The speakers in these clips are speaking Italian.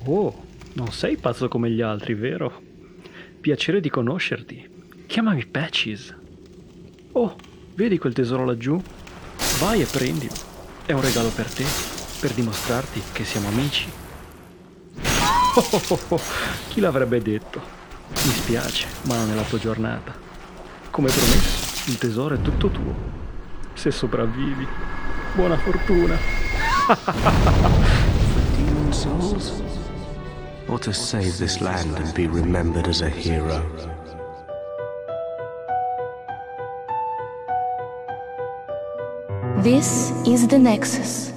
Oh, non sei pazzo come gli altri, vero? Piacere di conoscerti. Chiamami Patches. Oh, vedi quel tesoro laggiù? Vai e prendilo. È un regalo per te, per dimostrarti che siamo amici. Oh, chi l'avrebbe detto? Mi spiace, ma non è la tua giornata. Come promesso, il tesoro è tutto tuo. Se sopravvivi, buona fortuna. Demon souls? Or to save this land and be remembered as a hero? This is the Nexus.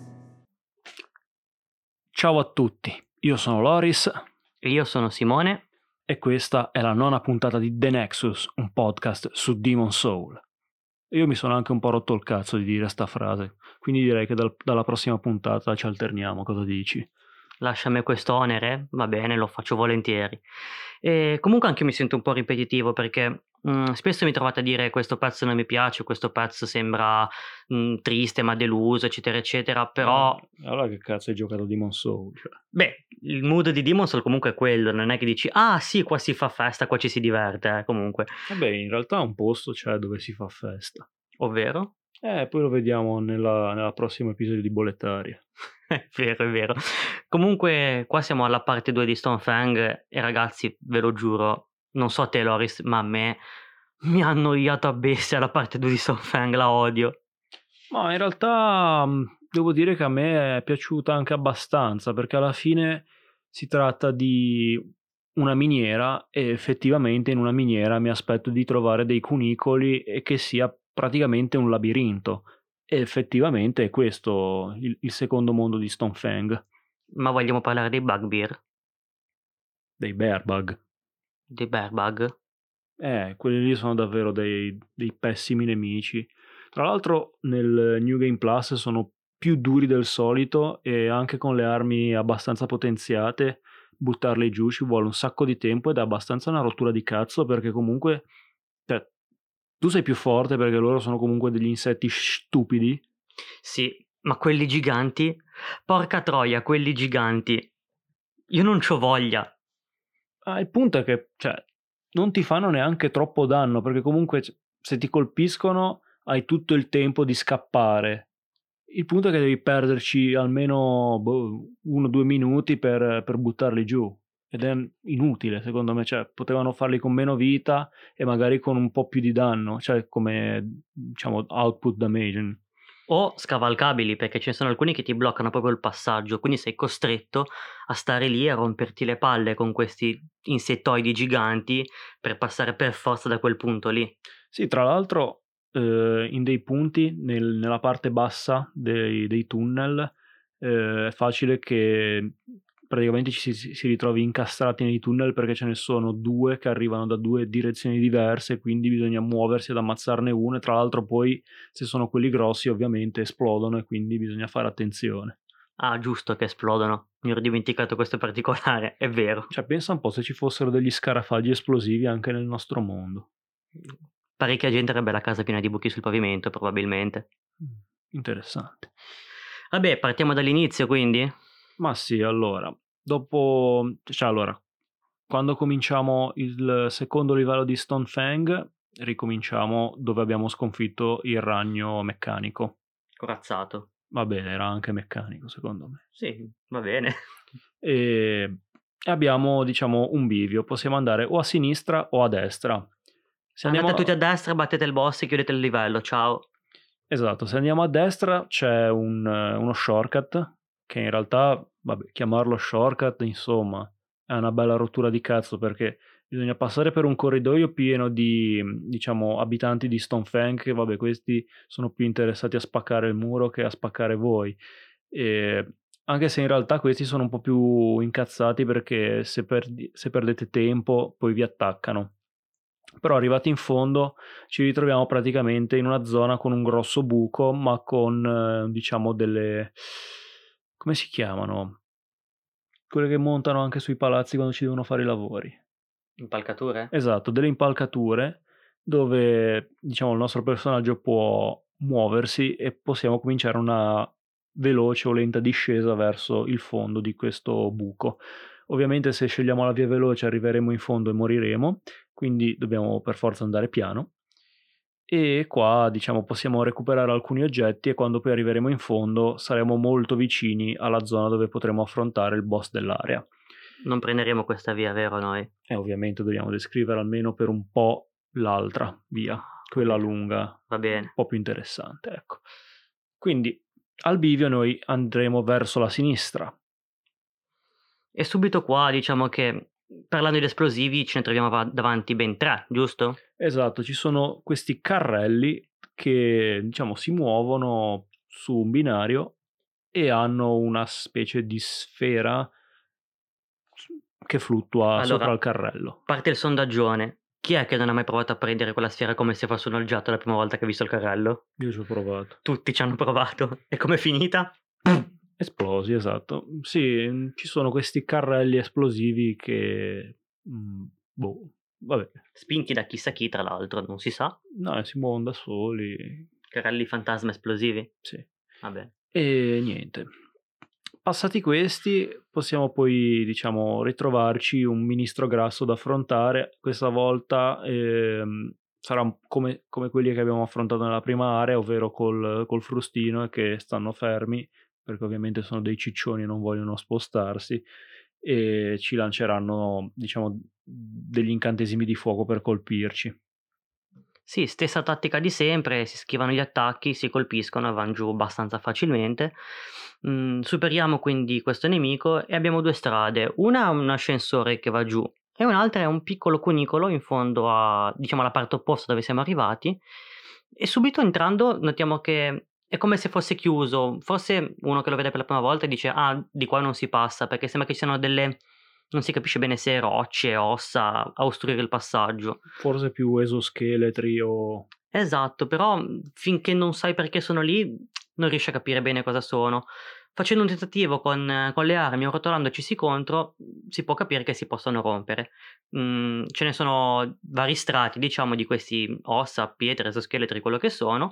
Ciao a tutti, io sono Loris E io sono Simone. e questa è la 9ª puntata di The Nexus, un podcast su Demon Soul. Io mi sono anche un po' rotto il cazzo di dire sta frase, quindi direi che dalla prossima puntata ci alterniamo, cosa dici? Lasciami questo onere, va bene, lo faccio volentieri. E comunque anche io mi sento un po' ripetitivo perché spesso mi trovate a dire questo pezzo non mi piace, questo pezzo sembra triste ma deluso, eccetera, eccetera, però... Allora che cazzo hai giocato Demon Soul? Cioè? Beh, il mood di Demon Soul comunque è quello, non è che dici ah sì, qua si fa festa, qua ci si diverte, comunque. Vabbè, in realtà un posto c'è dove si fa festa. Ovvero? Poi lo vediamo nella prossima episodio di Bolletaria. È vero, è vero. Comunque qua siamo alla parte 2 di Stonefang e ragazzi, ve lo giuro, non so a te Loris, ma a me mi ha annoiato a bestia la parte 2 di Stonefang, la odio. Ma in realtà devo dire che a me è piaciuta anche abbastanza, perché alla fine si tratta di una miniera e effettivamente in una miniera mi aspetto di trovare dei cunicoli e che sia praticamente un labirinto. E effettivamente è questo il secondo mondo di Stonefang, Ma vogliamo parlare dei bugbear? dei bearbug. Dei bearbug? Quelli lì sono davvero dei pessimi nemici. Tra l'altro nel New Game Plus sono più duri del solito e anche con le armi abbastanza potenziate buttarli giù ci vuole un sacco di tempo ed è abbastanza una rottura di cazzo perché comunque cioè, tu sei più forte perché loro sono comunque degli insetti stupidi. Sì, ma quelli giganti? Porca troia, quelli giganti. Io non c'ho voglia. Il punto è che cioè, non ti fanno neanche troppo danno perché comunque se ti colpiscono hai tutto il tempo di scappare. Il punto è che devi perderci almeno 1-2 minuti per buttarli giù ed è inutile secondo me, cioè potevano farli con meno vita e magari con un po' più di danno, cioè come diciamo output damage. O scavalcabili, perché ce ne sono alcuni che ti bloccano proprio il passaggio, quindi sei costretto a stare lì a romperti le palle con questi insettoidi giganti per passare per forza da quel punto lì. Sì, tra l'altro in dei punti nella parte bassa dei tunnel è facile che praticamente si ritrovi incastrati nei tunnel perché ce ne sono 2 che arrivano da 2 direzioni diverse, quindi bisogna muoversi ad ammazzarne uno e tra l'altro poi se sono quelli grossi ovviamente esplodono e quindi bisogna fare attenzione. Ah, giusto che esplodono, mi ero dimenticato questo particolare, è vero. Cioè pensa un po' se ci fossero degli scarafaggi esplosivi anche nel nostro mondo. Parecchia gente avrebbe la casa piena di buchi sul pavimento, probabilmente. Interessante. Vabbè, partiamo dall'inizio quindi? Ma sì, allora, quando cominciamo il secondo livello di Stonefang, ricominciamo dove abbiamo sconfitto il ragno meccanico. Corazzato. Va bene, era anche meccanico secondo me. Sì, va bene. E abbiamo, diciamo, un bivio, possiamo andare o a sinistra o a destra. Se Andate andiamo tutti a destra, battete il boss e chiudete il livello, ciao. Esatto, se andiamo a destra c'è uno shortcut che in realtà, vabbè, chiamarlo shortcut, insomma, è una bella rottura di cazzo perché bisogna passare per un corridoio pieno di, diciamo, abitanti di Stonefang che, vabbè, questi sono più interessati a spaccare il muro che a spaccare voi. E anche se in realtà questi sono un po' più incazzati perché se perdete tempo poi vi attaccano. Però arrivati in fondo ci ritroviamo praticamente in una zona con un grosso buco, ma con diciamo delle come si chiamano? Quelle che montano anche sui palazzi quando ci devono fare i lavori. Impalcature? Esatto, delle impalcature dove diciamo il nostro personaggio può muoversi e possiamo cominciare una veloce o lenta discesa verso il fondo di questo buco. Ovviamente se scegliamo la via veloce arriveremo in fondo e moriremo, quindi dobbiamo per forza andare piano. E qua diciamo possiamo recuperare alcuni oggetti e quando poi arriveremo in fondo saremo molto vicini alla zona dove potremo affrontare il boss dell'area. Non prenderemo questa via, vero noi? E ovviamente dobbiamo descrivere almeno per un po' l'altra via, quella lunga, Va bene. un po' più interessante, ecco. Quindi al bivio noi andremo verso la sinistra. E subito qua diciamo che parlando di esplosivi ce ne troviamo davanti ben 3, giusto? Esatto, ci sono questi carrelli che diciamo si muovono su un binario e hanno una specie di sfera che fluttua sopra il carrello. Parte il sondaggione. Chi è che non ha mai provato a prendere quella sfera come se fosse un oggetto la prima volta che ha visto il carrello? Io ci ho provato. Tutti ci hanno provato. E com'è finita? Esplosi, esatto. Sì, ci sono questi carrelli esplosivi che... vabbè. Spinti da chissà chi, tra l'altro, non si sa. No, si muovono da soli. Carrelli fantasma esplosivi? Sì. Vabbè. E niente. Passati questi, possiamo poi, diciamo, ritrovarci un ministro grasso da affrontare. Questa volta sarà come quelli che abbiamo affrontato nella prima area, ovvero col frustino e che stanno fermi, perché ovviamente sono dei ciccioni e non vogliono spostarsi, e ci lanceranno, diciamo, degli incantesimi di fuoco per colpirci. Sì, stessa tattica di sempre, si schivano gli attacchi, si colpiscono e van giù abbastanza facilmente. Superiamo quindi questo nemico e abbiamo 2 strade. Una è un ascensore che va giù e un'altra è un piccolo cunicolo in fondo a, diciamo, alla parte opposta dove siamo arrivati. E subito entrando notiamo che è come se fosse chiuso. Forse uno che lo vede per la prima volta dice: "Ah, di qua non si passa", perché sembra che ci siano delle, non si capisce bene se rocce, ossa a ostruire il passaggio. Forse più esoscheletri o... Esatto, però, finché non sai perché sono lì, non riesci a capire bene cosa sono. Facendo un tentativo con le armi o rotolandoci contro, si può capire che si possono rompere. Ce ne sono vari strati, diciamo, di questi ossa, pietre, esoscheletri, quello che sono.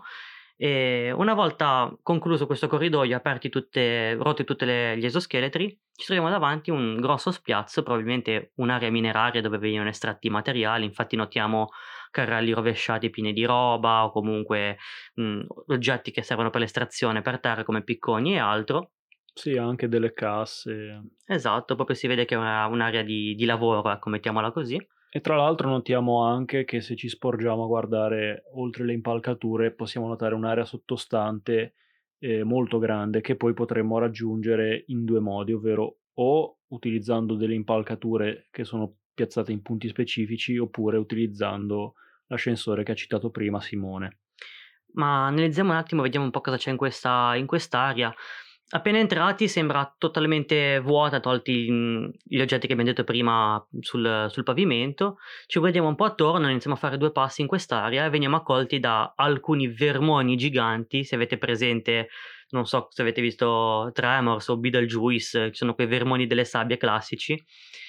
E una volta concluso questo corridoio, rotti tutti gli esoscheletri, ci troviamo davanti un grosso spiazzo, probabilmente un'area mineraria dove venivano estratti i materiali. Infatti notiamo carrelli rovesciati pieni di roba o comunque oggetti che servono per l'estrazione per terra come picconi e altro. Sì, anche delle casse. Esatto, proprio si vede che è un'area di lavoro, ecco, mettiamola così. E tra l'altro notiamo anche che se ci sporgiamo a guardare oltre le impalcature possiamo notare un'area sottostante molto grande che poi potremmo raggiungere in 2 modi, ovvero o utilizzando delle impalcature che sono piazzate in punti specifici oppure utilizzando l'ascensore che ha citato prima Simone. Ma analizziamo un attimo, vediamo un po' cosa c'è in quest'area. Appena entrati sembra totalmente vuota, tolti gli oggetti che abbiamo detto prima sul pavimento. Ci guardiamo un po' attorno, iniziamo a fare 2 passi in quest'area e veniamo accolti da alcuni vermoni giganti. Se avete presente, non so se avete visto Tremors o Beetlejuice, ci sono quei vermoni delle sabbie classici.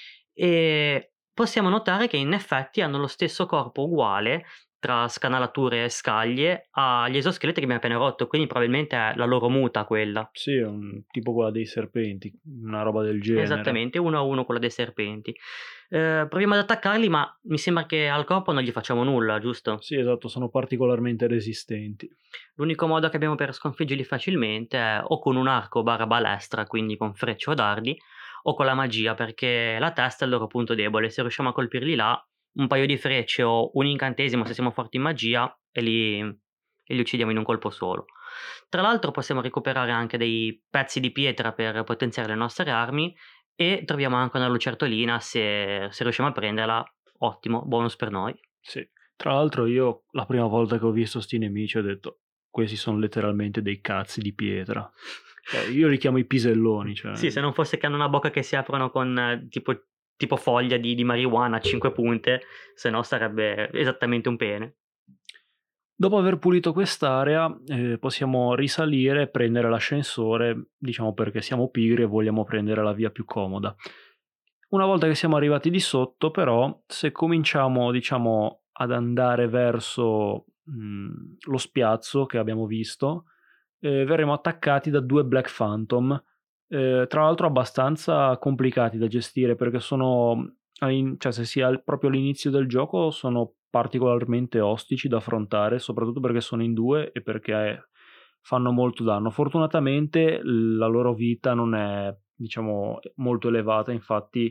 E possiamo notare che in effetti hanno lo stesso corpo uguale, tra scanalature e scaglie, agli esoscheletri che abbiamo appena rotto, quindi probabilmente è la loro muta quella. Sì, è un tipo quella dei serpenti, una roba del genere. Esattamente, 1 a 1 quella dei serpenti. Proviamo ad attaccarli, ma mi sembra che al corpo non gli facciamo nulla, giusto? Sì, esatto, sono particolarmente resistenti. L'unico modo che abbiamo per sconfiggerli facilmente è o con un arco barra balestra, quindi con frecce o dardi, o con la magia, perché la testa è il loro punto debole. Se riusciamo a colpirli là, un paio di frecce o un incantesimo se siamo forti in magia e li uccidiamo in un colpo solo. Tra l'altro possiamo recuperare anche dei pezzi di pietra per potenziare le nostre armi e troviamo anche una lucertolina, se riusciamo a prenderla, ottimo, bonus per noi. Sì. Tra l'altro io la prima volta che ho visto sti nemici ho detto questi sono letteralmente dei cazzi di pietra. Io li chiamo i piselloni. Cioè. Sì, se non fosse che hanno una bocca che si aprono con tipo foglia di marijuana a 5 punte, se no sarebbe esattamente un pene. Dopo aver pulito quest'area possiamo risalire e prendere l'ascensore, diciamo perché siamo pigri e vogliamo prendere la via più comoda. Una volta che siamo arrivati di sotto, però, se cominciamo, diciamo, ad andare verso lo spiazzo che abbiamo visto, verremo attaccati da 2 Black Phantom, tra l'altro abbastanza complicati da gestire perché sono cioè se si è proprio all'inizio del gioco sono particolarmente ostici da affrontare, soprattutto perché sono in 2 e perché fanno molto danno. Fortunatamente la loro vita non è, diciamo, molto elevata, infatti,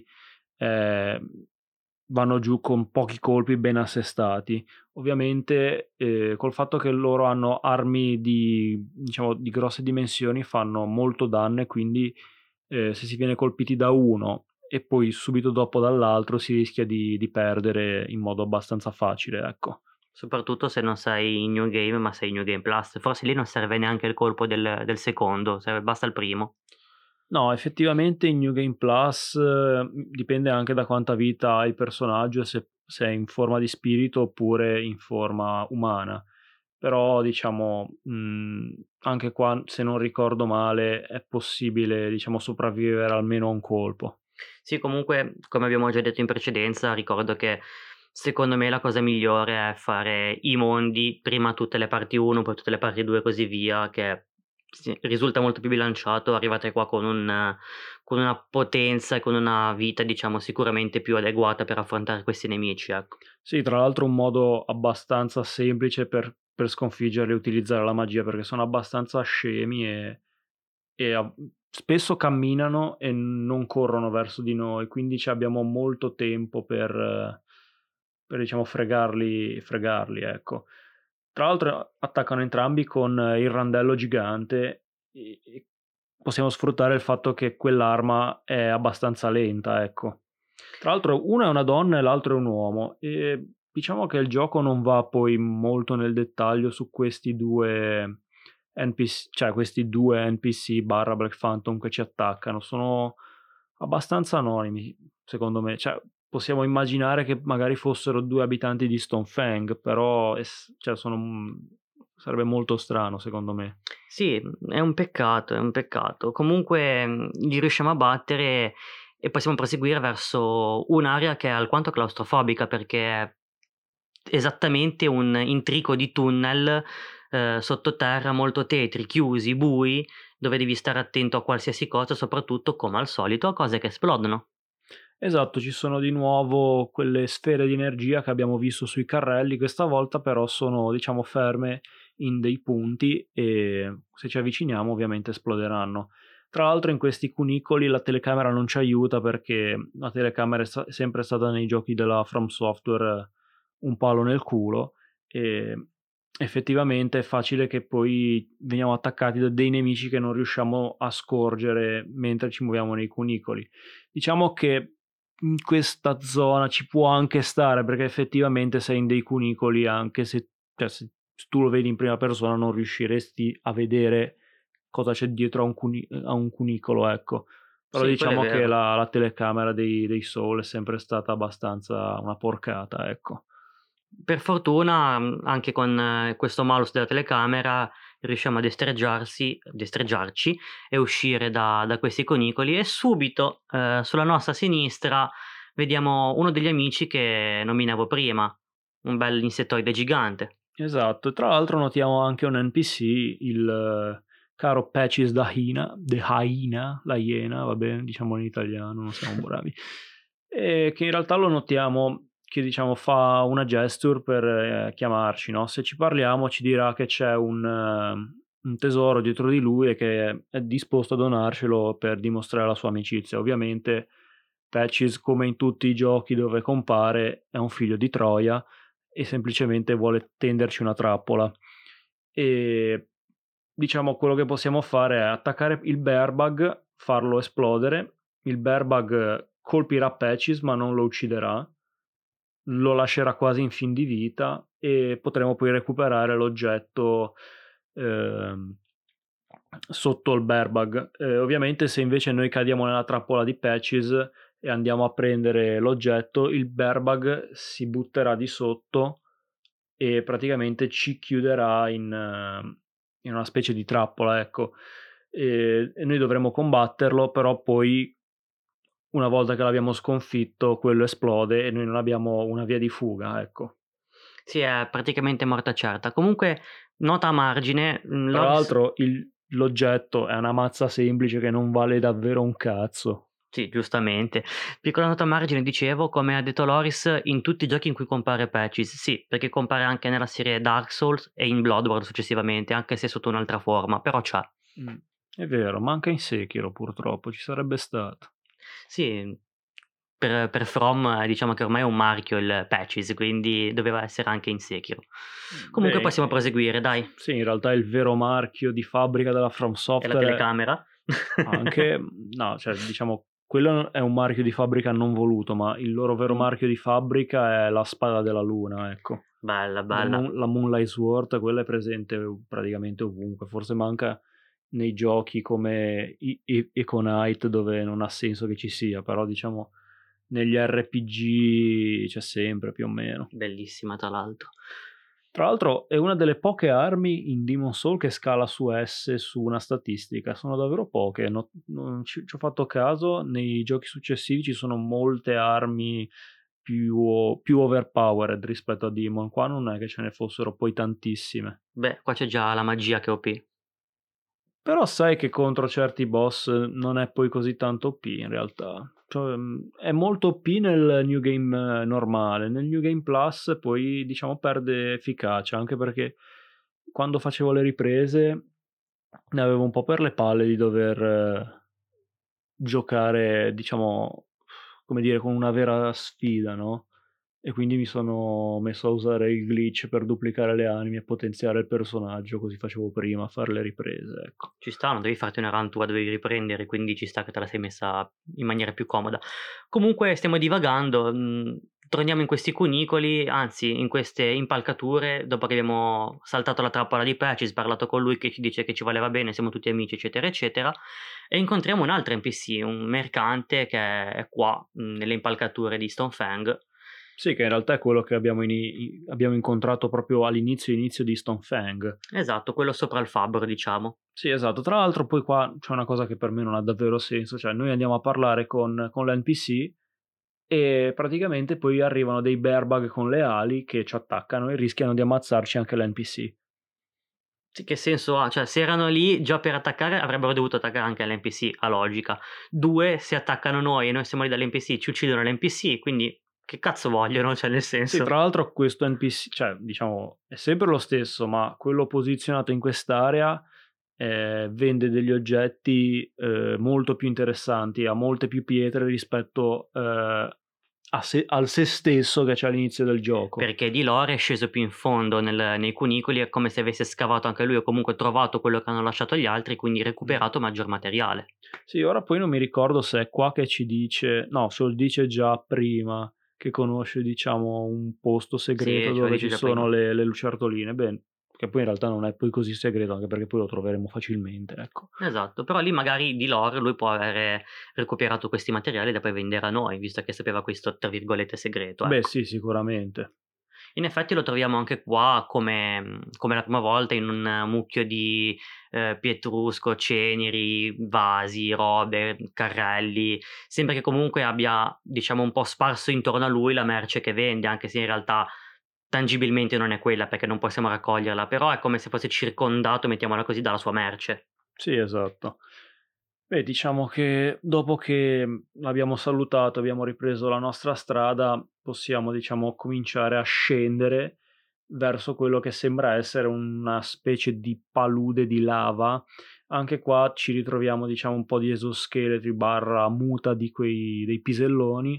vanno giù con pochi colpi ben assestati. Ovviamente, col fatto che loro hanno armi diciamo, di grosse dimensioni fanno molto danno e quindi, se si viene colpiti da uno e poi subito dopo dall'altro si rischia di perdere in modo abbastanza facile, ecco. Soprattutto se non sei in New Game, ma sei in New Game Plus. Forse lì non serve neanche il colpo del secondo, basta il primo. No, effettivamente in New Game Plus, dipende anche da quanta vita ha il personaggio, se è in forma di spirito oppure in forma umana. Però diciamo, anche qua, se non ricordo male, è possibile, diciamo, sopravvivere almeno a un colpo. Sì, comunque, come abbiamo già detto in precedenza, ricordo che secondo me la cosa migliore è fare i mondi, prima tutte le parti 1, poi tutte le parti 2 e così via, che risulta molto più bilanciato, arrivate qua con una potenza e con una vita, diciamo, sicuramente più adeguata per affrontare questi nemici, ecco. Sì, tra l'altro un modo abbastanza semplice per sconfiggerli e utilizzare la magia, perché sono abbastanza scemi e spesso camminano e non corrono verso di noi, quindi abbiamo molto tempo per diciamo fregarli, ecco. Tra l'altro attaccano entrambi con il randello gigante e possiamo sfruttare il fatto che quell'arma è abbastanza lenta, ecco. Tra l'altro una è una donna e l'altro è un uomo e diciamo che il gioco non va poi molto nel dettaglio su questi 2 NPC, cioè questi 2 NPC barra Black Phantom che ci attaccano. Sono abbastanza anonimi, secondo me. Cioè, possiamo immaginare che magari fossero 2 abitanti di Stonefang, però cioè sarebbe molto strano secondo me. Sì, è un peccato, è un peccato. Comunque, li riusciamo a battere e possiamo proseguire verso un'area che è alquanto claustrofobica, perché è esattamente un intrico di tunnel, sottoterra molto tetri, chiusi, bui, dove devi stare attento a qualsiasi cosa, soprattutto, come al solito, a cose che esplodono. Esatto, ci sono di nuovo quelle sfere di energia che abbiamo visto sui carrelli, questa volta però sono, diciamo, ferme in dei punti e se ci avviciniamo ovviamente esploderanno. Tra l'altro in questi cunicoli la telecamera non ci aiuta perché la telecamera è sempre stata nei giochi della From Software un palo nel culo e effettivamente è facile che poi veniamo attaccati da dei nemici che non riusciamo a scorgere mentre ci muoviamo nei cunicoli. Diciamo che in questa zona ci può anche stare, perché effettivamente sei in dei cunicoli anche se cioè se tu lo vedi in prima persona non riusciresti a vedere cosa c'è dietro a un cunicolo, ecco. Però Sì, quello è diciamo che vero. la telecamera dei Soul è sempre stata abbastanza una porcata, ecco. Per fortuna, anche con questo malus della telecamera riusciamo a destreggiarci e uscire da questi conicoli e subito, sulla nostra sinistra vediamo uno degli amici che nominavo prima, un bel insettoide gigante. Esatto, tra l'altro notiamo anche un NPC, il caro Patches the Hyena, la iena, va bene, diciamo in italiano, non siamo bravi, che in realtà lo notiamo che diciamo fa una gesture per chiamarci, no? Se ci parliamo ci dirà che c'è un tesoro dietro di lui e che è disposto a donarcelo per dimostrare la sua amicizia. Ovviamente Patches, come in tutti i giochi dove compare, è un figlio di Troia e semplicemente vuole tenderci una trappola. E diciamo quello che possiamo fare è attaccare il bear bug, farlo esplodere. Il bear bug colpirà Patches ma non lo ucciderà, lo lascerà quasi in fin di vita e potremo poi recuperare l'oggetto ehm, sotto il bear bug. Ovviamente se invece noi cadiamo nella trappola di Patches e andiamo a prendere l'oggetto, il bear bug si butterà di sotto e praticamente ci chiuderà in una specie di trappola, ecco. E noi dovremo combatterlo, però poi una volta che l'abbiamo sconfitto quello esplode e noi non abbiamo una via di fuga, ecco. Sì, è praticamente morta certa. Comunque Nota a margine, Tra Loris... l'altro l'oggetto è una mazza semplice che non vale davvero un cazzo. Sì, giustamente. Piccola nota a margine, dicevo, come ha detto Loris, in tutti i giochi in cui compare Patches, sì, perché compare anche nella serie Dark Souls e in Bloodborne successivamente, anche se sotto un'altra forma, però c'è. È vero, manca in Sekiro purtroppo, ci sarebbe stato. Sì, per From diciamo che ormai è un marchio il Patches, quindi doveva essere anche in Sekiro. Comunque Beh, possiamo proseguire, dai. sì, in realtà è il vero marchio di fabbrica della From E la Software telecamera? anche, no, cioè diciamo, quello è un marchio di fabbrica non voluto, ma il loro vero marchio di fabbrica è la spada della luna, ecco. Bella, bella. La Moonlight Sword, quella è presente praticamente ovunque, forse manca nei giochi come Econite dove non ha senso che ci sia, però diciamo negli RPG c'è sempre più o meno. Bellissima, tra l'altro. Tra l'altro è una delle poche armi in Demon's Souls che scala su S su una statistica, sono davvero poche, non ci ho fatto caso, nei giochi successivi ci sono molte armi più overpowered rispetto a Demon, qua non è che ce ne fossero poi tantissime. Beh, qua c'è già la magia che è OP. Però sai che contro certi boss non è poi così tanto OP in realtà. Cioè, è molto OP nel New Game normale, nel New Game Plus poi diciamo perde efficacia, anche perché quando facevo le riprese ne avevo un po' per le palle di dover giocare, diciamo, come dire, con una vera sfida, no? E quindi mi sono messo a usare il glitch per duplicare le anime e potenziare il personaggio, così facevo prima a fare le riprese, ecco. Ci sta, non devi farti una run tua, dovevi riprendere, quindi ci sta che te la sei messa in maniera più comoda. Comunque stiamo divagando, torniamo in questi cunicoli, anzi in queste impalcature, dopo che abbiamo saltato la trappola di Patches, parlato con lui che ci dice che ci voleva bene, siamo tutti amici, eccetera, eccetera, e incontriamo un altro NPC, un mercante che è qua, nelle impalcature di Stonefang. Sì, che in realtà è quello che abbiamo incontrato proprio inizio di Stonefang. Esatto, quello sopra il fabbro, diciamo. Sì, esatto. Tra l'altro poi qua c'è una cosa che per me non ha davvero senso, cioè noi andiamo a parlare con l'NPC e praticamente poi arrivano dei bearbug con le ali che ci attaccano e rischiano di ammazzarci anche l'NPC. Sì, che senso ha? Cioè, se erano lì già per attaccare, avrebbero dovuto attaccare anche l'NPC, a logica. 2, se attaccano noi e noi siamo lì dall'NPC, ci uccidono l'NPC, quindi che cazzo vogliono? Cioè, nel Sì, senso... tra l'altro questo NPC, cioè diciamo, è sempre lo stesso, ma quello posizionato in quest'area vende degli oggetti molto più interessanti, ha molte più pietre rispetto al se stesso che c'è all'inizio del gioco. Perché di lore è sceso più in fondo nei cunicoli, è come se avesse scavato anche lui o comunque trovato quello che hanno lasciato gli altri, quindi recuperato maggior materiale. Sì, ora poi non mi ricordo se è qua che ci dice, no, se lo dice già prima che conosce, diciamo, un posto segreto Sì, ce lo dove dice ci già sono prima. le lucertoline. Beh, che poi in realtà non è poi così segreto, anche perché poi lo troveremo facilmente, ecco. Esatto, però lì magari di lore lui può avere recuperato questi materiali da poi vendere a noi, visto che sapeva questo, tra virgolette, segreto, Beh, ecco. sì, sicuramente. In effetti lo troviamo anche qua come la prima volta in un mucchio di pietrusco, ceneri, vasi, robe, carrelli. Sembra che comunque abbia, diciamo, un po' sparso intorno a lui la merce che vende, anche se in realtà tangibilmente non è quella perché non possiamo raccoglierla, però è come se fosse circondato, mettiamola così, dalla sua merce. Sì, esatto. Beh, diciamo che dopo che l'abbiamo salutato, abbiamo ripreso la nostra strada, possiamo, diciamo, cominciare a scendere verso quello che sembra essere una specie di palude di lava. Anche qua ci ritroviamo, diciamo, un po' di esoscheletri barra muta dei piselloni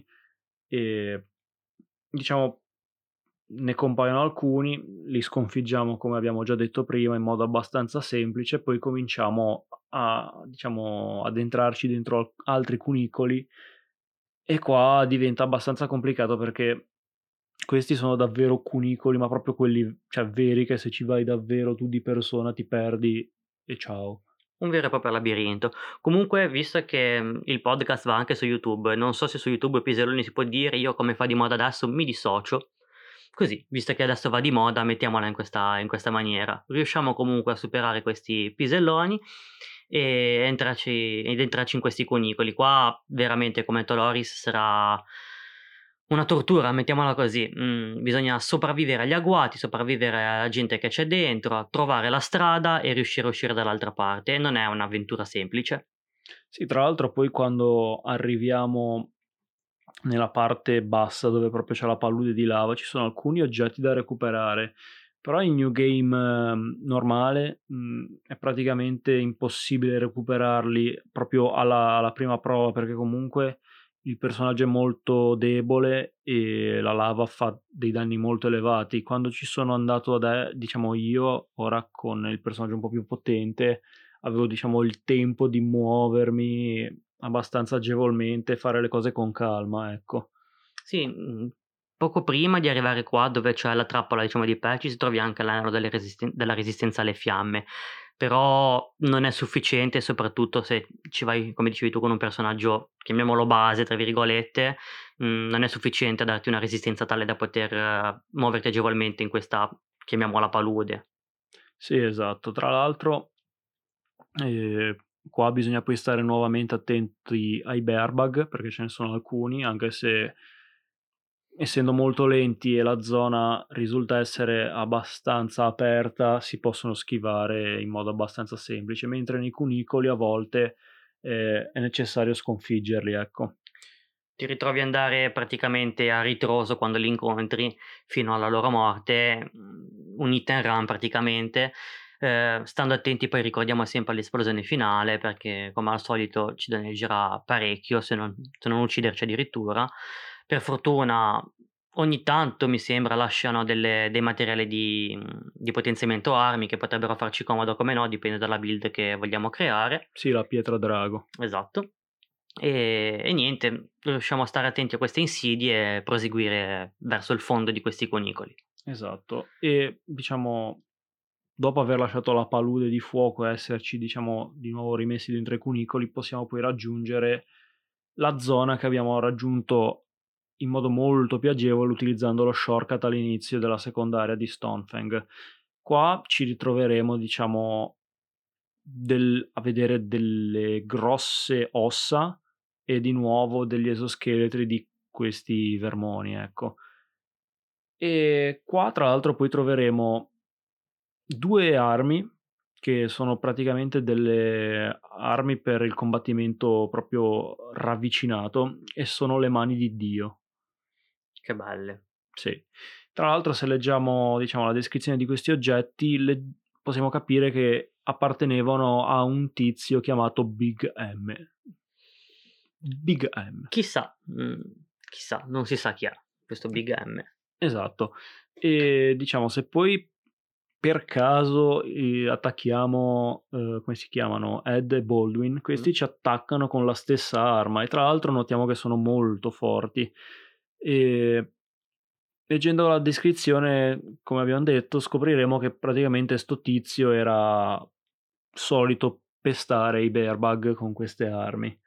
e, diciamo, ne compaiono alcuni, li sconfiggiamo come abbiamo già detto prima in modo abbastanza semplice, poi cominciamo a, diciamo, ad entrarci dentro altri cunicoli e qua diventa abbastanza complicato perché questi sono davvero cunicoli, ma proprio quelli, cioè veri, che se ci vai davvero tu di persona ti perdi e ciao. Un vero e proprio labirinto. Comunque, visto che il podcast va anche su YouTube, non so se su YouTube Piselloni si può dire, io come fa di moda adesso mi dissocio. Così, visto che adesso va di moda, mettiamola in questa maniera. Riusciamo comunque a superare questi piselloni ed entrarci in questi cunicoli. Qua veramente, come Toloris, sarà una tortura, mettiamola così. Bisogna sopravvivere agli agguati, sopravvivere alla gente che c'è dentro, trovare la strada e riuscire a uscire dall'altra parte. E non è un'avventura semplice. Sì, tra l'altro poi quando arriviamo nella parte bassa dove proprio c'è la palude di lava, ci sono alcuni oggetti da recuperare, però in New Game normale è praticamente impossibile recuperarli proprio alla prima prova, perché comunque il personaggio è molto debole e la lava fa dei danni molto elevati. Quando ci sono andato diciamo io, ora con il personaggio un po' più potente, avevo diciamo il tempo di muovermi abbastanza agevolmente e fare le cose con calma, ecco. Sì, poco prima di arrivare qua dove c'è la trappola, diciamo, di Patches, trovi anche l'anello della resistenza alle fiamme, però non è sufficiente, soprattutto se ci vai, come dicevi tu, con un personaggio, chiamiamolo "base", tra virgolette, non è sufficiente a darti una resistenza tale da poter muoverti agevolmente in questa, chiamiamola, palude. Sì, esatto. Tra l'altro, qua bisogna poi stare nuovamente attenti ai bear bug, perché ce ne sono alcuni, anche se essendo molto lenti e la zona risulta essere abbastanza aperta, si possono schivare in modo abbastanza semplice, mentre nei cunicoli a volte, è necessario sconfiggerli, ecco. Ti ritrovi ad andare praticamente a ritroso quando li incontri fino alla loro morte, un hit and run praticamente. Stando attenti poi ricordiamo sempre all'esplosione finale perché come al solito ci danneggerà parecchio se non ucciderci addirittura. Per fortuna ogni tanto mi sembra lasciano dei materiali di potenziamento armi che potrebbero farci comodo come no, dipende dalla build che vogliamo creare. Sì, la pietra drago. Esatto. E niente, riusciamo a stare attenti a queste insidie e proseguire verso il fondo di questi cunicoli. Esatto. E diciamo, dopo aver lasciato la palude di fuoco e esserci, diciamo, di nuovo rimessi dentro i cunicoli, possiamo poi raggiungere la zona che abbiamo raggiunto in modo molto più agevole utilizzando lo shortcut all'inizio della seconda area di Stonefang. Qua ci ritroveremo, diciamo, a vedere delle grosse ossa e di nuovo degli esoscheletri di questi vermoni, ecco. E qua tra l'altro poi troveremo 2 armi che sono praticamente delle armi per il combattimento proprio ravvicinato e sono le mani di Dio. Che belle. Sì. Tra l'altro se leggiamo, diciamo, la descrizione di questi oggetti, possiamo capire che appartenevano a un tizio chiamato Big M. Big M. Chissà, non si sa chi è questo Big M. Esatto. E diciamo, se poi per caso, attacchiamo, come si chiamano, Ed e Baldwin, questi ci attaccano con la stessa arma e tra l'altro notiamo che sono molto forti. Ehm, Leggendo la descrizione, come abbiam detto, scopriremo che praticamente 'sto tizio era solito pestare i bearbug con queste armi.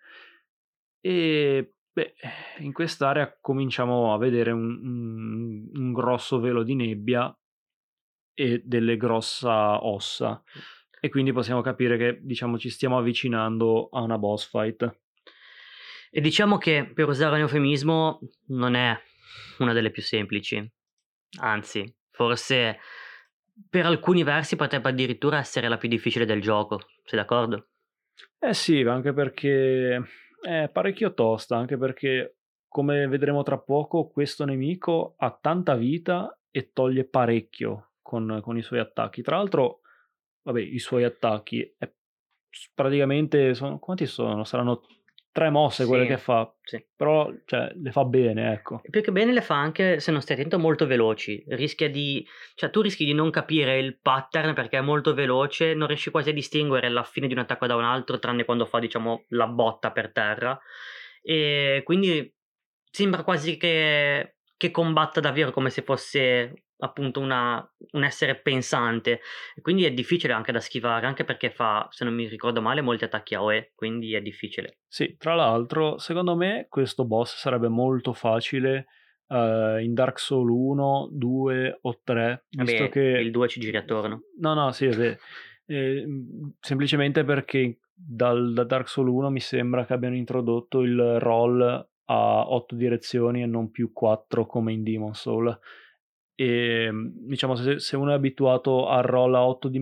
Beh, in quest'area cominciamo a vedere un grosso velo di nebbia e delle grossa ossa e quindi possiamo capire che, diciamo, ci stiamo avvicinando a una boss fight. E diciamo che, per usare un eufemismo, non è una delle più semplici. Anzi, forse per alcuni versi potrebbe addirittura essere la più difficile del gioco. Sei d'accordo? Eh sì, anche perché è parecchio tosta, anche perché, come vedremo tra poco, questo nemico ha tanta vita e toglie parecchio con i suoi attacchi. Tra l'altro, vabbè, i suoi attacchi praticamente quanti sono? Saranno 3 mosse quelle Sì, che fa, sì. però cioè le fa bene, ecco. Più che bene le fa anche, se non stai attento, molto veloci. Tu rischi di non capire il pattern perché è molto veloce, non riesci quasi a distinguere la fine di un attacco da un altro, tranne quando fa, diciamo, la botta per terra. E quindi sembra quasi che combatta davvero come se fosse appunto un essere pensante. E quindi è difficile anche da schivare, anche perché fa, se non mi ricordo male, molti attacchi AOE, quindi è difficile. Sì, tra l'altro, secondo me questo boss sarebbe molto facile, in Dark Soul 1, 2 o 3, visto Vabbè, il che 2 ci giri attorno. no, sì, semplicemente perché da Dark Soul 1 mi sembra che abbiano introdotto il roll a 8 direzioni e non più 4 come in Demon's Soul. E diciamo se uno è abituato al roll a 8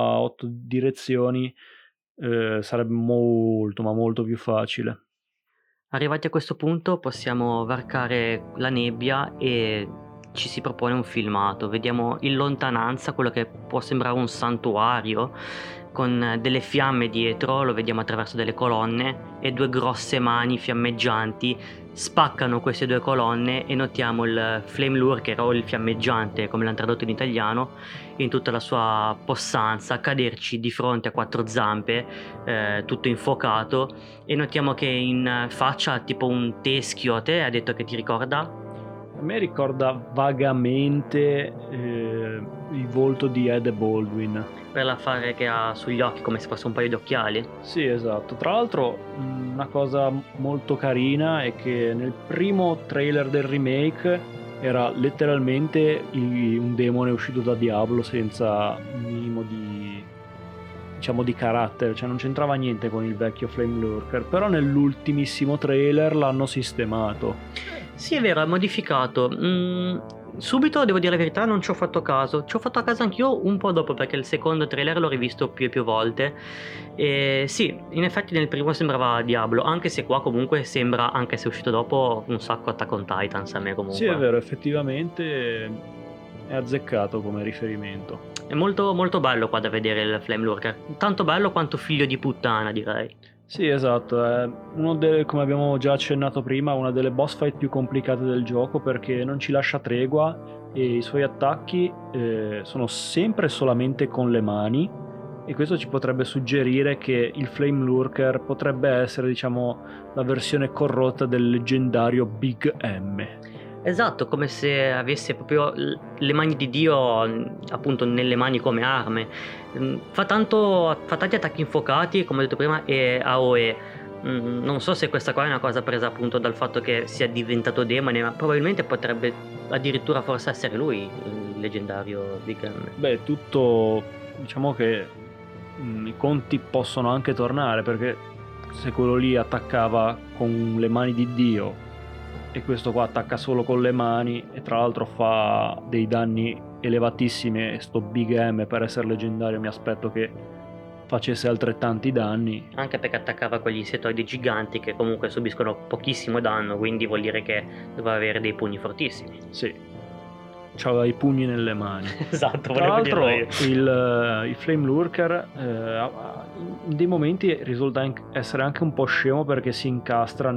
direzioni, sarebbe molto, ma molto più facile. Arrivati a questo punto possiamo varcare la nebbia e ci si propone un filmato. Vediamo in lontananza quello che può sembrare un santuario con delle fiamme dietro, lo vediamo attraverso delle colonne e 2 grosse mani fiammeggianti spaccano queste 2 colonne e notiamo il Flame Lurker o il fiammeggiante, come l'hanno tradotto in italiano, in tutta la sua possanza, caderci di fronte a 4 zampe, tutto infuocato, e notiamo che in faccia ha tipo un teschio. A te ha detto che ti ricorda? A me ricorda vagamente il volto di Ed Baldwin. Per l'affare che ha sugli occhi, come se fosse un paio di occhiali. Sì, esatto. Tra l'altro una cosa molto carina è che nel primo trailer del remake era letteralmente un demone uscito da Diablo senza un minimo di, diciamo, di carattere, cioè non c'entrava niente con il vecchio Flame Lurker, però nell'ultimissimo trailer l'hanno sistemato. Sì, è vero, è modificato. Subito, devo dire la verità, non ci ho fatto caso. Ci ho fatto a caso anch'io un po' dopo, perché il secondo trailer l'ho rivisto più e più volte. E sì, in effetti nel primo sembrava Diablo, anche se qua comunque sembra, anche se è uscito dopo, un sacco Attack on Titans a me comunque. Sì, è vero, effettivamente è azzeccato come riferimento. È molto, molto bello qua da vedere il Flame Lurker. Tanto bello quanto figlio di puttana, direi. Sì, esatto, è come abbiamo già accennato prima, una delle boss fight più complicate del gioco, perché non ci lascia tregua e i suoi attacchi sono sempre e solamente con le mani, e questo ci potrebbe suggerire che il Flame Lurker potrebbe essere, diciamo, la versione corrotta del leggendario Big M. Esatto, come se avesse proprio le mani di Dio, appunto, nelle mani come arme. Fa tanti attacchi infuocati, come ho detto prima, e AOE. Non so se questa qua è una cosa presa appunto dal fatto che sia diventato demone, ma probabilmente potrebbe addirittura forse essere lui il leggendario Big M. Beh, tutto, diciamo che i conti possono anche tornare, perché se quello lì attaccava con le mani di Dio e questo qua attacca solo con le mani e tra l'altro fa dei danni elevatissimi, e sto Big M per essere leggendario mi aspetto che facesse altrettanti danni. Anche perché attaccava quegli insettoidi giganti che comunque subiscono pochissimo danno, quindi vuol dire che doveva avere dei pugni fortissimi. Sì, c'aveva i pugni nelle mani. Esatto, Tra l'altro dirlo il Flame Lurker in dei momenti risulta essere anche un po' scemo, perché si incastra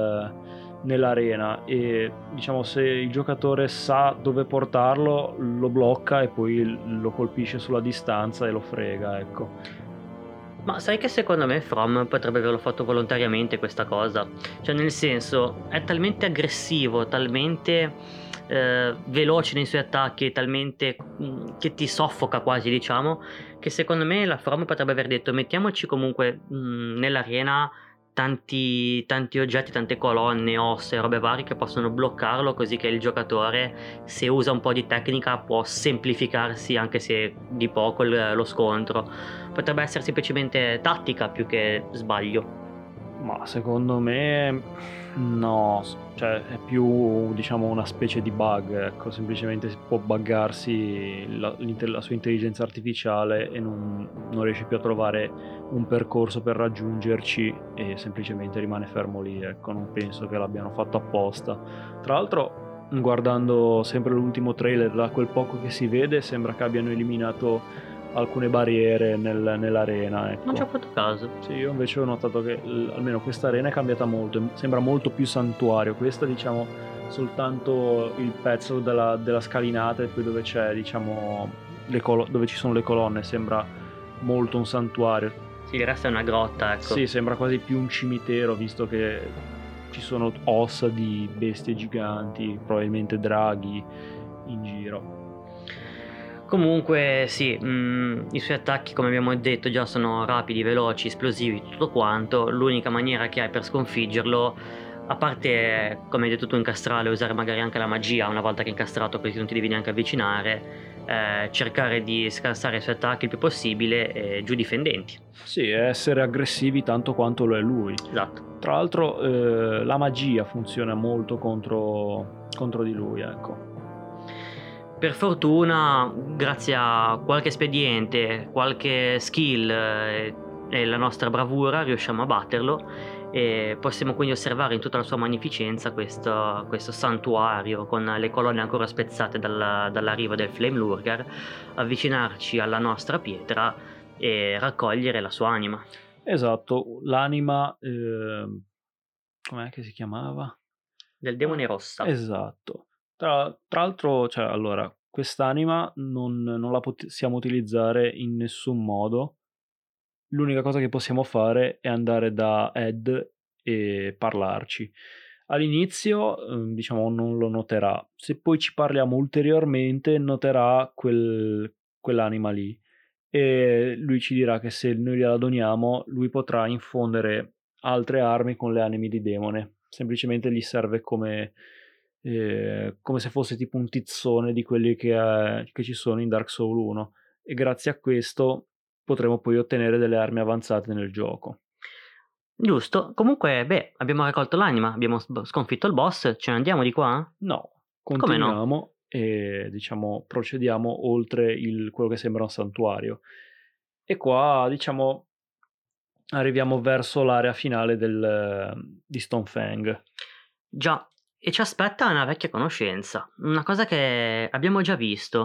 nell'arena e, diciamo, se il giocatore sa dove portarlo lo blocca e poi lo colpisce sulla distanza e lo frega, ecco. Ma sai che secondo me From potrebbe averlo fatto volontariamente questa cosa? Cioè, nel senso, è talmente aggressivo, talmente veloce nei suoi attacchi, talmente che ti soffoca quasi, diciamo, che secondo me la From potrebbe aver detto: mettiamoci comunque nell'arena tanti oggetti, tante colonne, ossa e robe varie che possono bloccarlo, così che il giocatore, se usa un po' di tecnica, può semplificarsi anche se di poco lo scontro. Potrebbe essere semplicemente tattica più che sbaglio. Ma secondo me no, cioè è più, diciamo, una specie di bug, ecco, semplicemente si può buggarsi la sua intelligenza artificiale e non riesce più a trovare un percorso per raggiungerci e semplicemente rimane fermo lì, ecco, non penso che l'abbiano fatto apposta. Tra l'altro, guardando sempre l'ultimo trailer, da quel poco che si vede sembra che abbiano eliminato alcune barriere nell'arena, ecco. Non ci ho fatto caso. Sì, io invece ho notato che almeno questa arena è cambiata molto, sembra molto più santuario. Questa, diciamo, soltanto il pezzo della scalinata e poi dove c'è, diciamo, dove ci sono le colonne, sembra molto un santuario. Sì, il resto è una grotta, ecco. Sì, sembra quasi più un cimitero, visto che ci sono ossa di bestie giganti, probabilmente draghi in giro. Comunque sì, i suoi attacchi, come abbiamo detto, già sono rapidi, veloci, esplosivi, tutto quanto. L'unica maniera che hai per sconfiggerlo, a parte, come hai detto tu, incastrarlo e usare magari anche la magia una volta che è incastrato, così non ti devi neanche avvicinare, cercare di scansare i suoi attacchi il più possibile e giù difendenti. Sì, essere aggressivi tanto quanto lo è lui. Esatto. Tra l'altro la magia funziona molto contro di lui, ecco. Per fortuna, grazie a qualche espediente, qualche skill e la nostra bravura riusciamo a batterlo e possiamo quindi osservare in tutta la sua magnificenza questo santuario con le colonne ancora spezzate dall'arrivo del Flame Lurgar, avvicinarci alla nostra pietra e raccogliere la sua anima. Esatto, l'anima, com'è che si chiamava? Del demone rossa. Esatto. Tra l'altro, cioè, allora, quest'anima non la possiamo utilizzare in nessun modo. L'unica cosa che possiamo fare è andare da Ed e parlarci. All'inizio, diciamo, non lo noterà. Se poi ci parliamo ulteriormente, noterà quell'anima lì. E lui ci dirà che se noi gliela doniamo, lui potrà infondere altre armi con le anime di demone. Semplicemente gli serve come se fosse tipo un tizzone di quelli che ci sono in Dark Souls 1, e grazie a questo potremo poi ottenere delle armi avanzate nel gioco. Giusto. Comunque, abbiamo raccolto l'anima, abbiamo sconfitto il boss, ce ne andiamo di qua? No, Come no? continuiamo e diciamo procediamo oltre quello che sembra un santuario. E qua, diciamo, arriviamo verso l'area finale di Stonefang. Già, e ci aspetta una vecchia conoscenza, una cosa che abbiamo già visto.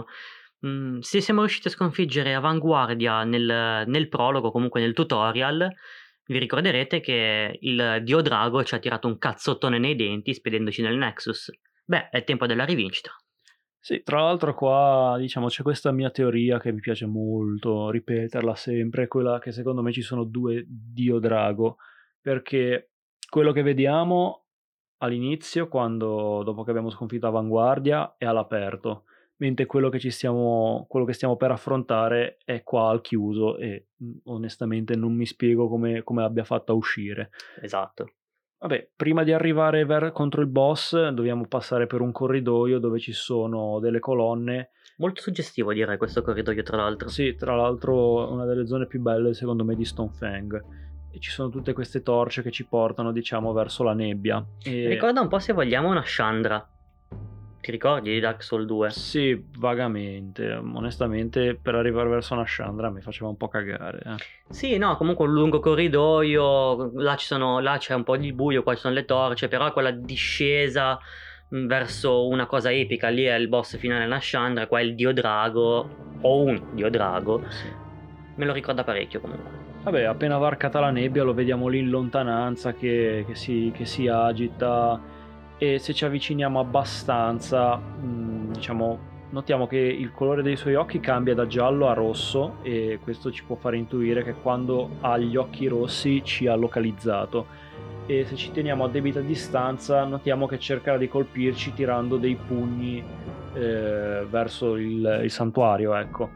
Se siamo riusciti a sconfiggere Avanguardia nel prologo, comunque nel tutorial, vi ricorderete che il dio drago ci ha tirato un cazzottone nei denti spedendoci nel Nexus. Beh, è tempo della rivincita. Sì, tra l'altro qua, diciamo, c'è questa mia teoria che mi piace molto ripeterla sempre, quella che secondo me ci sono due dio drago, perché quello che vediamo all'inizio, dopo che abbiamo sconfitto Avanguardia, è all'aperto, mentre quello che stiamo per affrontare è qua al chiuso e onestamente non mi spiego come abbia fatto a uscire. Esatto. Vabbè, prima di arrivare contro il boss dobbiamo passare per un corridoio dove ci sono delle colonne. Molto suggestivo direi questo corridoio, tra l'altro. Sì, tra l'altro una delle zone più belle secondo me di Stonefang. E ci sono tutte queste torce che ci portano, diciamo, verso la nebbia. Mi ricorda un po', se vogliamo, una Chandra. Ti ricordi di Dark Souls 2? Sì, vagamente. Onestamente, per arrivare verso una Chandra mi faceva un po' cagare. Sì, no, comunque un lungo corridoio, là c'è un po' di buio, qua ci sono le torce, però quella discesa verso una cosa epica, lì è il boss finale della Chandra, qua è il dio drago, o un dio drago. Sì. Me lo ricorda parecchio comunque. Vabbè, appena varcata la nebbia lo vediamo lì in lontananza che si agita, e se ci avviciniamo abbastanza, diciamo, notiamo che il colore dei suoi occhi cambia da giallo a rosso, e questo ci può fare intuire che quando ha gli occhi rossi ci ha localizzato, e se ci teniamo a debita distanza notiamo che cercherà di colpirci tirando dei pugni verso il santuario, ecco.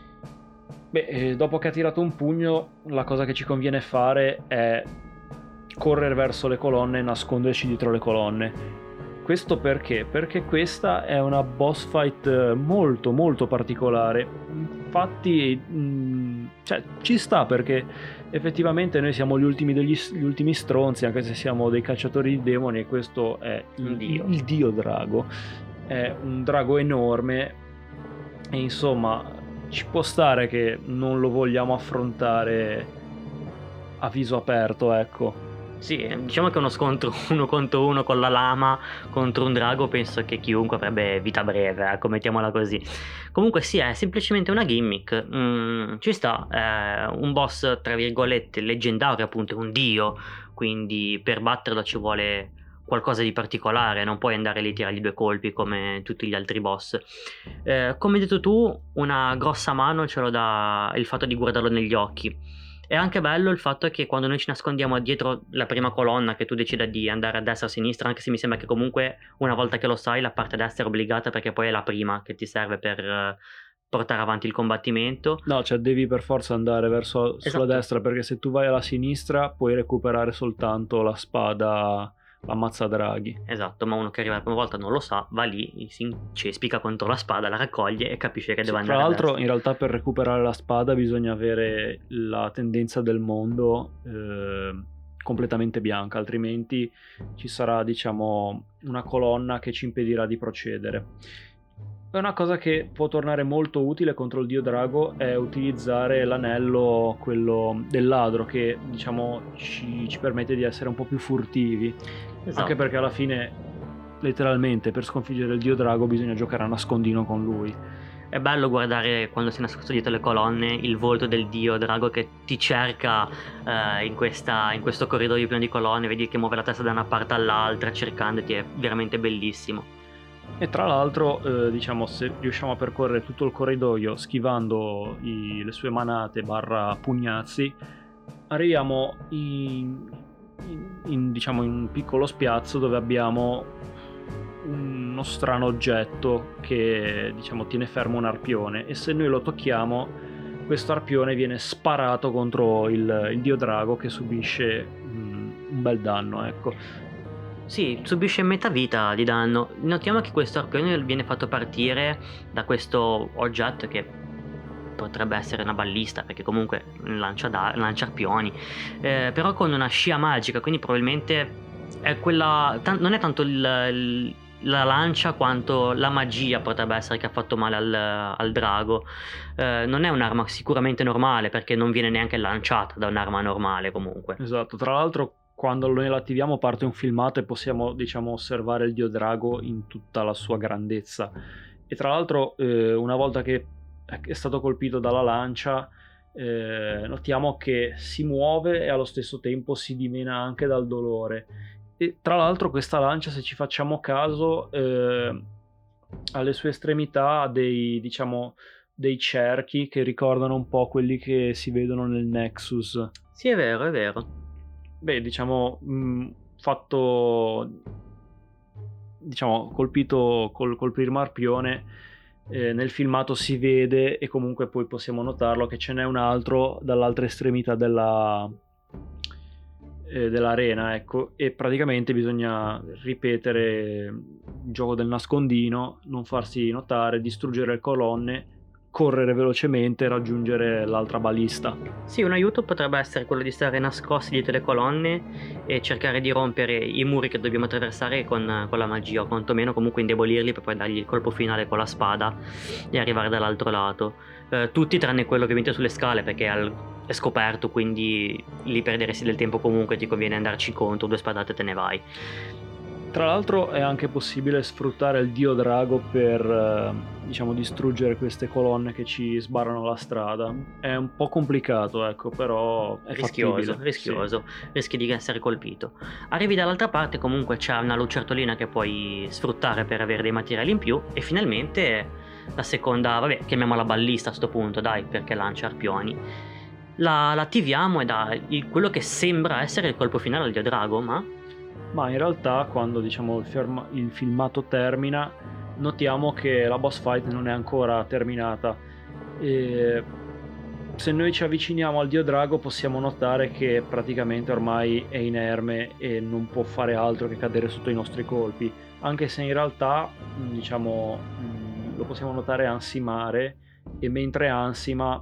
Beh, dopo che ha tirato un pugno, la cosa che ci conviene fare è correre verso le colonne e nasconderci dietro le colonne. Questo perché? Perché questa è una boss fight molto molto particolare. Infatti, cioè, ci sta, perché effettivamente noi siamo gli ultimi stronzi, anche se siamo dei cacciatori di demoni, e questo è il dio drago. È un drago enorme e insomma ci può stare che non lo vogliamo affrontare a viso aperto, ecco. Sì, diciamo che uno scontro 1 contro 1 con la lama contro un drago, penso che chiunque avrebbe vita breve, ecco, mettiamola così. Comunque sì, è semplicemente una gimmick, ci sta, è un boss tra virgolette leggendario, appunto, un dio, quindi per batterlo ci vuole qualcosa di particolare, non puoi andare lì a tirargli 2 colpi come tutti gli altri boss. Come hai detto tu, una grossa mano ce lo dà il fatto di guardarlo negli occhi. È anche bello il fatto che quando noi ci nascondiamo dietro la prima colonna, che tu decida di andare a destra o a sinistra, anche se mi sembra che comunque una volta che lo sai la parte destra è obbligata, perché poi è la prima che ti serve per portare avanti il combattimento. No, cioè devi per forza andare sulla destra, perché se tu vai alla sinistra puoi recuperare soltanto la spada l'ammazza draghi. Esatto, ma uno che arriva la prima volta non lo sa, va lì, si incespica contro la spada, la raccoglie e capisce che deve Tra andare a l'altro, destra. in realtà, per recuperare la spada bisogna avere la tendenza del mondo completamente bianca, altrimenti ci sarà, diciamo, una colonna che ci impedirà di procedere. È una cosa che può tornare molto utile contro il dio drago, è utilizzare l'anello, quello del ladro, che diciamo ci permette di essere un po' più furtivi. Esatto. Anche perché alla fine, letteralmente, per sconfiggere il dio drago bisogna giocare a nascondino con lui. È bello guardare quando sei nascosto dietro le colonne il volto del dio drago che ti cerca in questo corridoio pieno di colonne, vedi che muove la testa da una parte all'altra cercandoti, è veramente bellissimo. E tra l'altro, diciamo, se riusciamo a percorrere tutto il corridoio schivando le sue manate barra pugnazzi, arriviamo diciamo, in un piccolo spiazzo dove abbiamo uno strano oggetto che, diciamo, tiene fermo un arpione, e se noi lo tocchiamo questo arpione viene sparato contro il dio drago, che subisce un bel danno, ecco. Sì, subisce metà vita di danno. Notiamo che questo arpione viene fatto partire da questo oggetto che potrebbe essere una ballista, perché comunque lancia arpioni, però con una scia magica, quindi probabilmente è quella, non è tanto la lancia quanto la magia potrebbe essere che ha fatto male al drago. Non è un'arma sicuramente normale, perché non viene neanche lanciata da un'arma normale comunque. Esatto, tra l'altro quando noi l'attiviamo parte un filmato e possiamo, diciamo, osservare il dio drago in tutta la sua grandezza. E tra l'altro una volta che è stato colpito dalla lancia, notiamo che si muove e allo stesso tempo si dimena anche dal dolore. E tra l'altro questa lancia, se ci facciamo caso, alle sue estremità ha dei cerchi che ricordano un po' quelli che si vedono nel Nexus. Sì, è vero, è vero. Beh, diciamo, fatto, diciamo, colpito col primo arpione, nel filmato si vede, e comunque poi possiamo notarlo, che ce n'è un altro dall'altra estremità dell'arena, ecco, e praticamente bisogna ripetere il gioco del nascondino, non farsi notare, distruggere le colonne, correre velocemente e raggiungere l'altra balista. Sì, un aiuto potrebbe essere quello di stare nascosti dietro le colonne e cercare di rompere i muri che dobbiamo attraversare con la magia, o quantomeno comunque indebolirli per poi dargli il colpo finale con la spada e arrivare dall'altro lato. Tutti tranne quello ovviamente sulle scale, perché è scoperto, quindi lì perderesti del tempo comunque, ti conviene andarci contro, 2 spadate e te ne vai. Tra l'altro è anche possibile sfruttare il dio drago per, diciamo, distruggere queste colonne che ci sbarrano la strada. È un po' complicato, ecco, però è rischioso, Sì. rischi di essere colpito. Arrivi dall'altra parte, comunque c'è una lucertolina che puoi sfruttare per avere dei materiali in più, e finalmente la seconda, vabbè, chiamiamola ballista a sto punto, dai, perché lancia arpioni. La attiviamo e dà quello che sembra essere il colpo finale al dio drago, Ma in realtà, quando, diciamo, il filmato termina, notiamo che la boss fight non è ancora terminata, e se noi ci avviciniamo al dio drago possiamo notare che praticamente ormai è inerme e non può fare altro che cadere sotto i nostri colpi, anche se in realtà, diciamo, lo possiamo notare ansimare, e mentre ansima,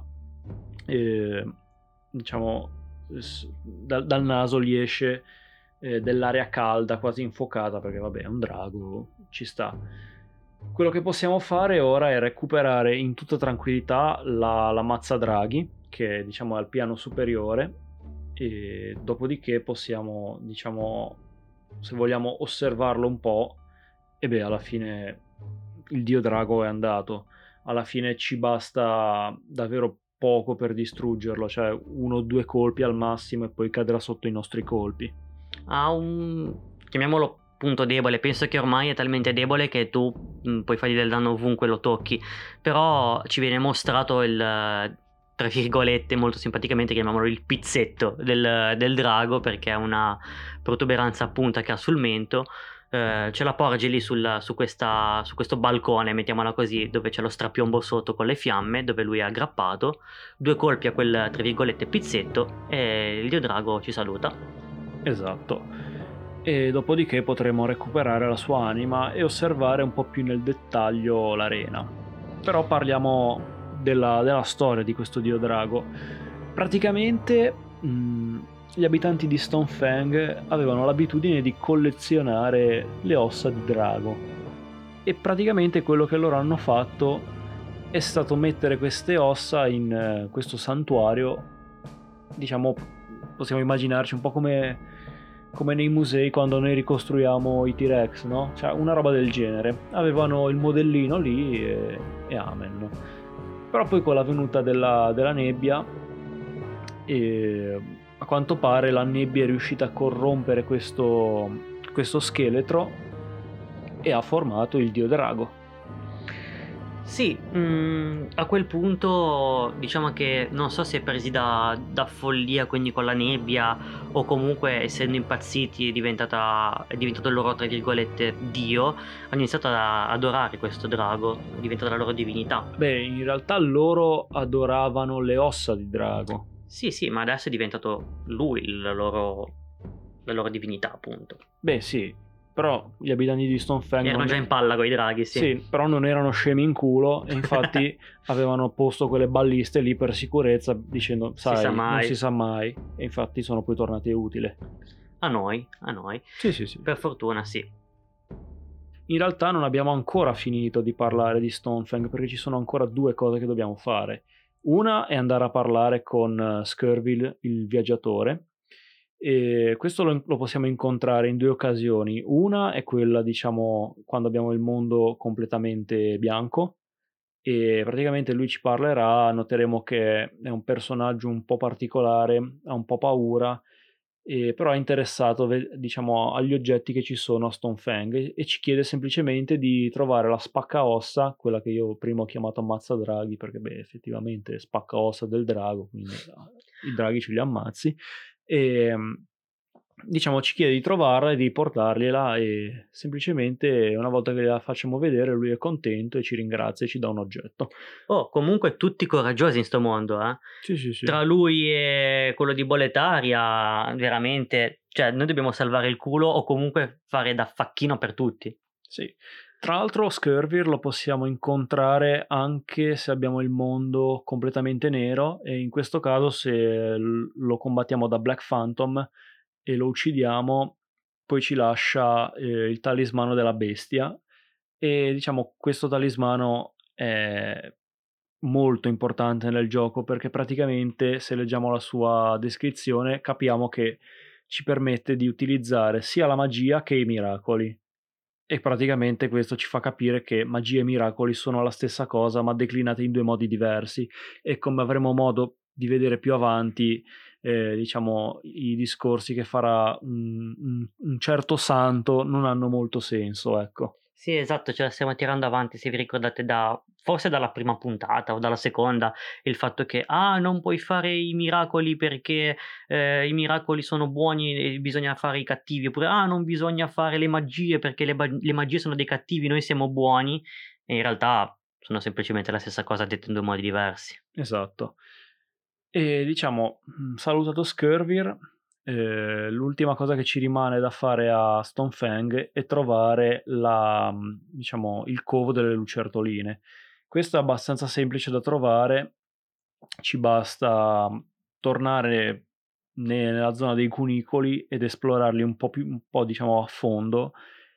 diciamo, dal naso gli esce dell'aria calda, quasi infuocata, perché vabbè, è un drago, ci sta. Quello che possiamo fare ora è recuperare in tutta tranquillità la mazza draghi, che, diciamo, è al piano superiore, e dopodiché possiamo, diciamo, se vogliamo osservarlo un po', e beh, alla fine il dio drago è andato. Alla fine ci basta davvero poco per distruggerlo, cioè 1 o 2 colpi al massimo, e poi cadrà sotto i nostri colpi. ha un, chiamiamolo, punto debole. Penso che ormai è talmente debole che tu puoi fargli del danno ovunque lo tocchi, però ci viene mostrato tra virgolette, molto simpaticamente, chiamiamolo il pizzetto del drago, perché è una protuberanza a punta che ha sul mento. Ce la porge lì su questo balcone, mettiamola così, dove c'è lo strapiombo sotto con le fiamme, dove lui è aggrappato. 2 colpi a quel, tra virgolette, pizzetto, e il dio drago ci saluta. Esatto. e dopodiché potremo recuperare la sua anima e osservare un po' più nel dettaglio l'arena. Però parliamo della storia di questo dio drago. Praticamente gli abitanti di Stonefang avevano l'abitudine di collezionare le ossa di drago, e praticamente quello che loro hanno fatto è stato mettere queste ossa in questo santuario. Diciamo, possiamo immaginarci un po' come nei musei quando noi ricostruiamo i T-Rex, no? Cioè una roba del genere. Avevano il modellino lì e amen. Però poi con la venuta della nebbia, a quanto pare la nebbia è riuscita a corrompere questo scheletro e ha formato il dio drago. Sì, a quel punto diciamo che non so se presi da follia, quindi con la nebbia, o comunque essendo impazziti è diventato il loro, tra virgolette, dio, hanno iniziato ad adorare questo drago, è diventata la loro divinità. Beh, in realtà loro adoravano le ossa di drago. Sì, ma adesso è diventato lui la loro divinità, appunto. Beh sì, però gli abitanti di Stonefang Erano già in palla con i draghi, sì. Sì, però non erano scemi in culo, e infatti avevano posto quelle balliste lì per sicurezza, dicendo, sai, non si sa mai, e infatti sono poi tornate utili. A noi. Sì. Per fortuna, sì. In realtà non abbiamo ancora finito di parlare di Stonefang, perché ci sono ancora 2 cose che dobbiamo fare. Una è andare a parlare con Skirville, il viaggiatore, e questo lo possiamo incontrare in 2 occasioni. Una è quella, diciamo, quando abbiamo il mondo completamente bianco, e praticamente lui ci parlerà. Noteremo che è un personaggio un po' particolare, ha un po' paura, però è interessato, diciamo, agli oggetti che ci sono a Stonefang, e ci chiede semplicemente di trovare la spaccaossa, quella che io prima ho chiamato ammazzadraghi, perché effettivamente spaccaossa del drago, quindi i draghi ce li ammazzi, e diciamo ci chiede di trovarla e di portargliela, e semplicemente una volta che la facciamo vedere lui è contento e ci ringrazia e ci dà un oggetto. Oh, comunque tutti coraggiosi in sto mondo, eh? Sì. Tra lui e quello di Boletaria, veramente, cioè noi dobbiamo salvare il culo o comunque fare da facchino per tutti. Sì. Tra l'altro Skirvir lo possiamo incontrare anche se abbiamo il mondo completamente nero, e in questo caso se lo combattiamo da Black Phantom e lo uccidiamo, poi ci lascia il talismano della bestia, e diciamo questo talismano è molto importante nel gioco, perché praticamente, se leggiamo la sua descrizione, capiamo che ci permette di utilizzare sia la magia che i miracoli. E praticamente questo ci fa capire che magia e miracoli sono la stessa cosa, ma declinate in 2 modi diversi, e come avremo modo di vedere più avanti, diciamo, i discorsi che farà un certo santo non hanno molto senso, ecco. Sì, esatto, ce la stiamo tirando avanti, se vi ricordate, forse dalla prima puntata o dalla seconda, il fatto che non puoi fare i miracoli perché i miracoli sono buoni e bisogna fare i cattivi, oppure non bisogna fare le magie perché le magie sono dei cattivi, noi siamo buoni, e in realtà sono semplicemente la stessa cosa detta in 2 modi diversi. Esatto. E diciamo, salutato Skirvir, l'ultima cosa che ci rimane da fare a Stonefang è trovare diciamo, il covo delle lucertoline. Questo è abbastanza semplice da trovare, ci basta tornare nella zona dei cunicoli ed esplorarli un po' diciamo a fondo,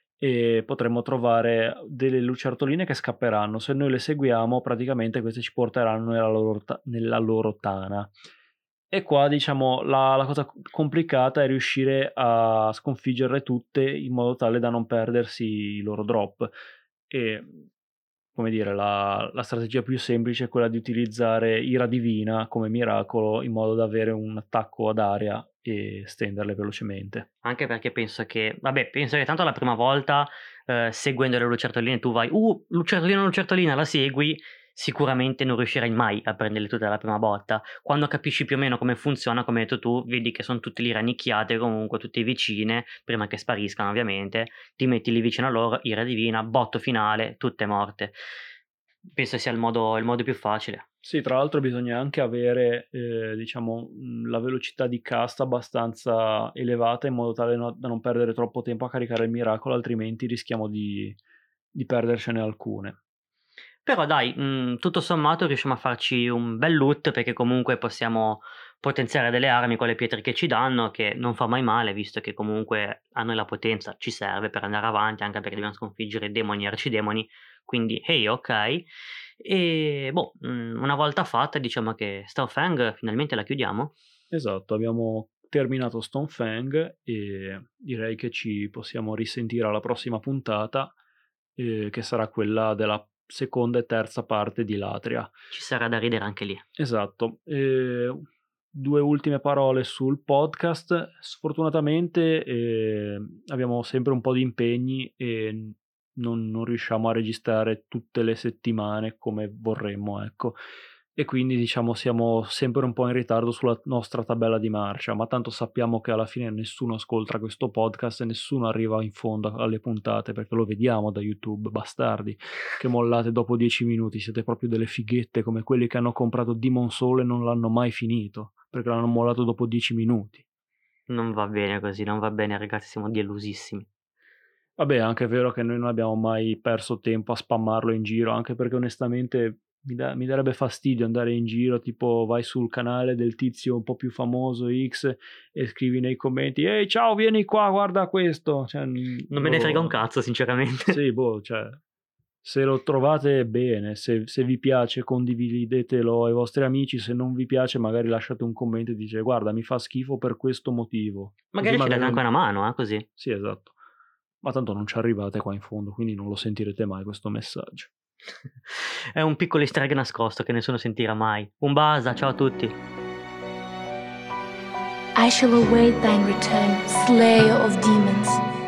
e potremmo trovare delle lucertoline che scapperanno. Se noi le seguiamo, praticamente queste ci porteranno nella loro tana. E qua, diciamo, la cosa complicata è riuscire a sconfiggerle tutte in modo tale da non perdersi i loro drop. E, come dire, la strategia più semplice è quella di utilizzare Ira Divina come miracolo, in modo da avere un attacco ad area e stenderle velocemente. Anche perché penso che tanto la prima volta, seguendo le lucertoline tu vai, lucertolina, la segui, sicuramente non riuscirai mai a prenderle tutte alla prima botta. Quando capisci più o meno come funziona, come hai detto tu, vedi che son tutte lì rannicchiate, comunque tutte vicine, prima che spariscano ovviamente, ti metti lì vicino a loro, ira divina, botto finale, tutte morte. penso sia il modo più facile. Sì, tra l'altro bisogna anche avere, diciamo, la velocità di cast abbastanza elevata in modo tale da non perdere troppo tempo a caricare il miracolo, altrimenti rischiamo di perdercene alcune. Però dai, tutto sommato riusciamo a farci un bel loot, perché comunque possiamo potenziare delle armi con le pietre che ci danno, che non fa mai male, visto che comunque a noi la potenza ci serve per andare avanti, anche perché dobbiamo sconfiggere demoni e arcidemoni, quindi hey, okay. Una volta fatta diciamo che Stormfang finalmente la chiudiamo. Esatto, abbiamo terminato Stonefang e direi che ci possiamo risentire alla prossima puntata, che sarà quella della seconda e terza parte di Latria. Ci sarà da ridere anche lì. Esatto. 2 ultime parole sul podcast. Sfortunatamente, abbiamo sempre un po' di impegni e non riusciamo a registrare tutte le settimane come vorremmo, ecco. E quindi diciamo siamo sempre un po' in ritardo sulla nostra tabella di marcia, ma tanto sappiamo che alla fine nessuno ascolta questo podcast e nessuno arriva in fondo alle puntate, perché lo vediamo da YouTube, bastardi, che mollate dopo 10 minuti, siete proprio delle fighette come quelli che hanno comprato Demon Soul e non l'hanno mai finito, perché l'hanno mollato dopo 10 minuti. Non va bene così, non va bene ragazzi, siamo delusissimi. Vabbè, è anche vero che noi non abbiamo mai perso tempo a spammarlo in giro, anche perché onestamente mi darebbe fastidio andare in giro, tipo vai sul canale del tizio un po' più famoso X e scrivi nei commenti «Ehi, ciao, vieni qua, guarda questo!» Cioè, Non me ne frega un cazzo, sinceramente. Sì, cioè, se lo trovate bene, se vi piace condividetelo ai vostri amici, se non vi piace magari lasciate un commento e dice «Guarda, mi fa schifo per questo motivo». Magari ci date anche una mano, così. Sì, esatto. Ma tanto non ci arrivate qua in fondo, quindi non lo sentirete mai questo messaggio. È un piccolo easter egg nascosto che nessuno sentirà mai. Un basa, ciao a tutti. I shall await thine return, slayer of demons.